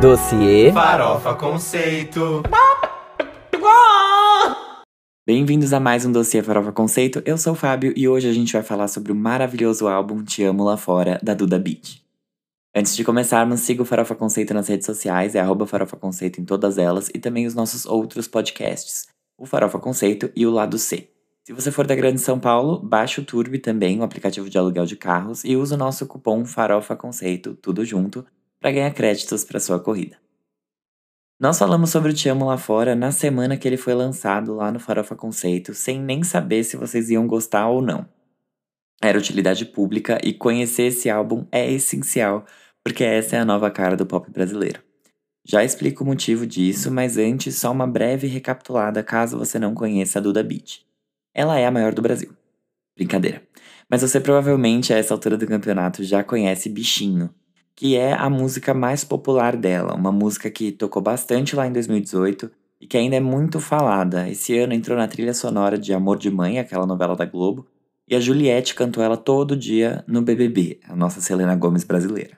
Dossiê Farofa Conceito. Bem-vindos a mais um Dossiê Farofa Conceito. Eu sou o Fábio e hoje a gente vai falar sobre o maravilhoso álbum Te Amo Lá Fora, da Duda Beat. Antes de começarmos, siga o Farofa Conceito nas redes sociais, é @Farofa Conceito em todas elas, e também os nossos outros podcasts, o Farofa Conceito e o Lado C. Se você for da Grande São Paulo, baixe o Turbi também, o aplicativo de aluguel de carros, e use o nosso cupom Farofa Conceito, tudo junto, para ganhar créditos para sua corrida. Nós falamos sobre o Te Amo Lá Fora na semana que ele foi lançado lá no Farofa Conceito, sem nem saber se vocês iam gostar ou não. Era utilidade pública e conhecer esse álbum é essencial, porque essa é a nova cara do pop brasileiro. Já explico o motivo disso, mas antes só uma breve recapitulada caso você não conheça a Duda Beat. Ela é a maior do Brasil. Brincadeira. Mas você provavelmente a essa altura do campeonato já conhece Bichinho, que é a música mais popular dela, uma música que tocou bastante lá em 2018 e que ainda é muito falada. Esse ano entrou na trilha sonora de Amor de Mãe, aquela novela da Globo, e a Juliette cantou ela todo dia no BBB, a nossa Selena Gomez brasileira.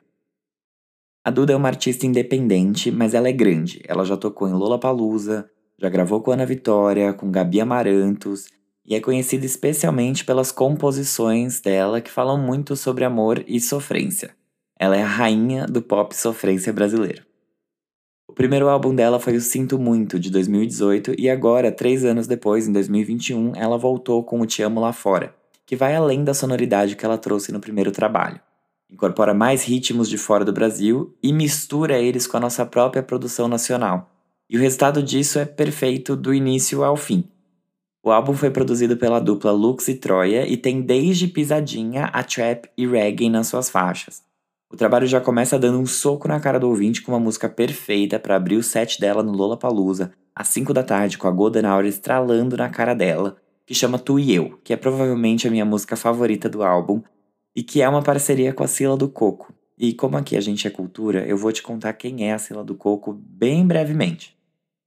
A Duda é uma artista independente, mas ela é grande. Ela já tocou em Lollapalooza, já gravou com Ana Vitória, com Gabi Amarantos, e é conhecida especialmente pelas composições dela que falam muito sobre amor e sofrência. Ela é a rainha do pop sofrência brasileiro. O primeiro álbum dela foi o Sinto Muito, de 2018, e agora, 3 anos depois, em 2021, ela voltou com o Te Amo Lá Fora, que vai além da sonoridade que ela trouxe no primeiro trabalho. Incorpora mais ritmos de fora do Brasil e mistura eles com a nossa própria produção nacional. E o resultado disso é perfeito do início ao fim. O álbum foi produzido pela dupla Lux e Troia e tem desde pisadinha a trap e reggae nas suas faixas. O trabalho já começa dando um soco na cara do ouvinte com uma música perfeita para abrir o set dela no Lollapalooza, às 5 da tarde, com a Golden Hour estralando na cara dela, que chama Tu e Eu, que é provavelmente a minha música favorita do álbum, e que é uma parceria com a Sila do Coco. E como aqui a gente é cultura, eu vou te contar quem é a Sila do Coco bem brevemente.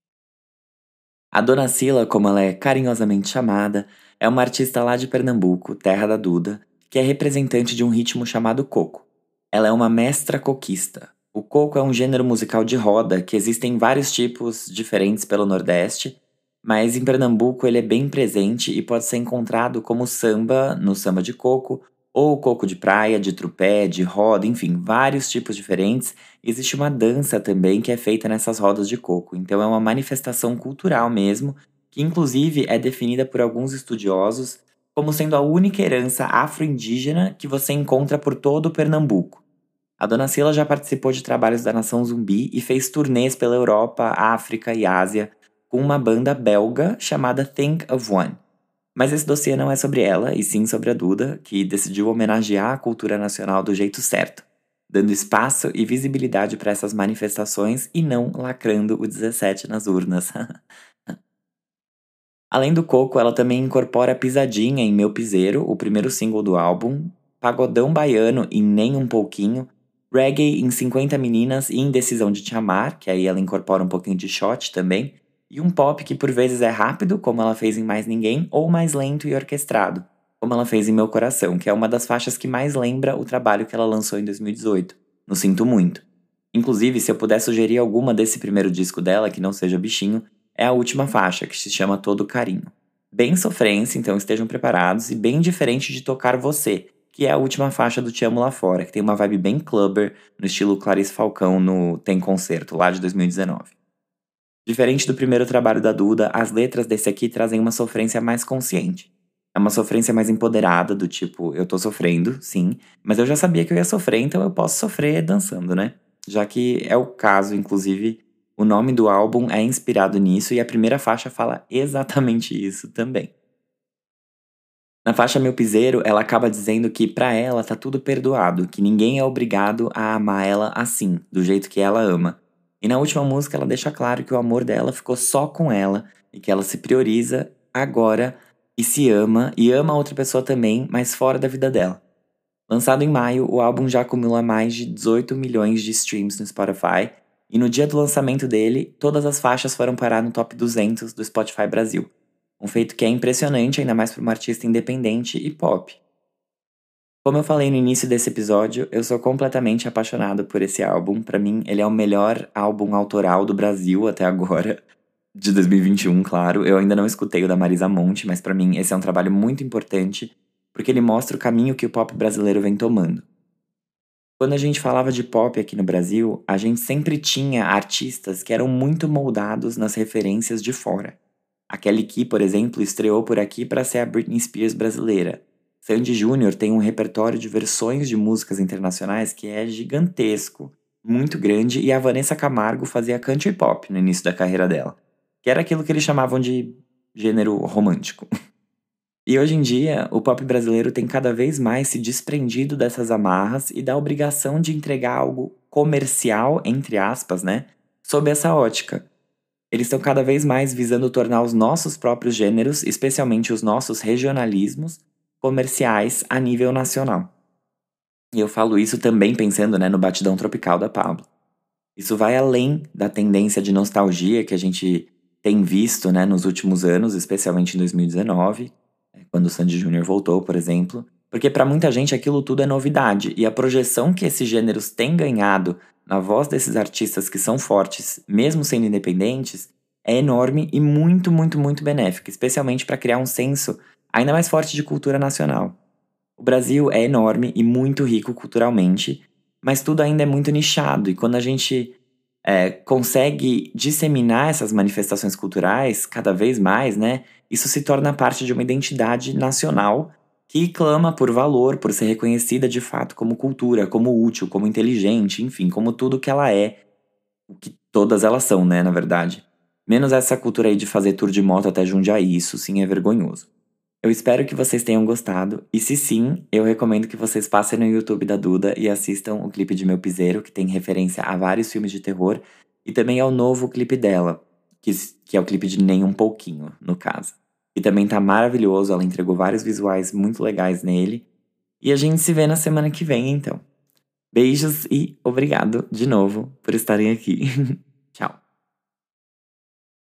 A Dona Sila, como ela é carinhosamente chamada, é uma artista lá de Pernambuco, terra da Duda, que é representante de um ritmo chamado coco. Ela é uma mestra coquista. O coco é um gênero musical de roda que existem vários tipos diferentes pelo Nordeste, mas em Pernambuco ele é bem presente e pode ser encontrado como samba no samba de coco, ou coco de praia, de trupé, de roda, enfim, vários tipos diferentes. Existe uma dança também que é feita nessas rodas de coco, então é uma manifestação cultural mesmo, que inclusive é definida por alguns estudiosos como sendo a única herança afro-indígena que você encontra por todo o Pernambuco. A Dona Sila já participou de trabalhos da Nação Zumbi e fez turnês pela Europa, África e Ásia com uma banda belga chamada Think of One. Mas esse dossiê não é sobre ela, e sim sobre a Duda, que decidiu homenagear a cultura nacional do jeito certo, dando espaço e visibilidade para essas manifestações e não lacrando o 17 nas urnas. Além do coco, ela também incorpora Pisadinha em Meu Piseiro, o primeiro single do álbum, pagodão baiano em Nem Um Pouquinho, reggae em 50 Meninas e Indecisão de Te Amar, que aí ela incorpora um pouquinho de shot também, e um pop que por vezes é rápido, como ela fez em Mais Ninguém, ou mais lento e orquestrado, como ela fez em Meu Coração, que é uma das faixas que mais lembra o trabalho que ela lançou em 2018, no Sinto Muito. Inclusive, se eu puder sugerir alguma desse primeiro disco dela, que não seja Bichinho, é a última faixa, que se chama Todo Carinho. Bem sofrência, então estejam preparados, e bem diferente de Tocar Você, que é a última faixa do Te Amo Lá Fora, que tem uma vibe bem clubber, no estilo Clarice Falcão no Tem Concerto, lá de 2019. Diferente do primeiro trabalho da Duda, as letras desse aqui trazem uma sofrência mais consciente. É uma sofrência mais empoderada, do tipo, eu tô sofrendo, sim, mas eu já sabia que eu ia sofrer, então eu posso sofrer dançando, né? Já que é o caso, inclusive, o nome do álbum é inspirado nisso e a primeira faixa fala exatamente isso também. Na faixa Meu Piseiro, ela acaba dizendo que pra ela tá tudo perdoado, que ninguém é obrigado a amar ela assim, do jeito que ela ama. E na última música ela deixa claro que o amor dela ficou só com ela e que ela se prioriza agora e se ama e ama a outra pessoa também, mas fora da vida dela. Lançado em maio, o álbum já acumula mais de 18 milhões de streams no Spotify e no dia do lançamento dele, todas as faixas foram parar no top 200 do Spotify Brasil. Um feito que é impressionante, ainda mais para uma artista independente e pop. Como eu falei no início desse episódio, eu sou completamente apaixonado por esse álbum. Pra mim, ele é o melhor álbum autoral do Brasil até agora, de 2021, claro. Eu ainda não escutei o da Marisa Monte, mas pra mim esse é um trabalho muito importante, porque ele mostra o caminho que o pop brasileiro vem tomando. Quando a gente falava de pop aqui no Brasil, a gente sempre tinha artistas que eram muito moldados nas referências de fora. A Kelly Key, por exemplo, estreou por aqui para ser a Britney Spears brasileira. Sandy Júnior tem um repertório de versões de músicas internacionais que é gigantesco, muito grande, e a Vanessa Camargo fazia country pop no início da carreira dela, que era aquilo que eles chamavam de gênero romântico. E hoje em dia, o pop brasileiro tem cada vez mais se desprendido dessas amarras e da obrigação de entregar algo comercial, entre aspas, né? Sob essa ótica. Eles estão cada vez mais visando tornar os nossos próprios gêneros, especialmente os nossos regionalismos, comerciais a nível nacional. E eu falo isso também pensando, né, no Batidão Tropical da Pablo. Isso vai além da tendência de nostalgia que a gente tem visto, né, nos últimos anos, especialmente em 2019, quando o Sandy Júnior voltou, por exemplo, porque para muita gente aquilo tudo é novidade, e a projeção que esses gêneros têm ganhado na voz desses artistas que são fortes, mesmo sendo independentes, é enorme e muito, muito, muito benéfica, especialmente para criar um senso ainda mais forte de cultura nacional. O Brasil é enorme e muito rico culturalmente, mas tudo ainda é muito nichado, e quando a gente consegue disseminar essas manifestações culturais cada vez mais, né? Isso se torna parte de uma identidade nacional que clama por valor, por ser reconhecida de fato como cultura, como útil, como inteligente, enfim, como tudo que ela é, o que todas elas são, né, na verdade. Menos essa cultura aí de fazer tour de moto até Jundiaí, isso sim é vergonhoso. Eu espero que vocês tenham gostado, e se sim, eu recomendo que vocês passem no YouTube da Duda e assistam o clipe de Meu Piseiro, que tem referência a vários filmes de terror, e também ao novo clipe dela, que é o clipe de Nem Um Pouquinho, no caso. E também tá maravilhoso, ela entregou vários visuais muito legais nele. E a gente se vê na semana que vem, então. Beijos e obrigado de novo por estarem aqui. Tchau.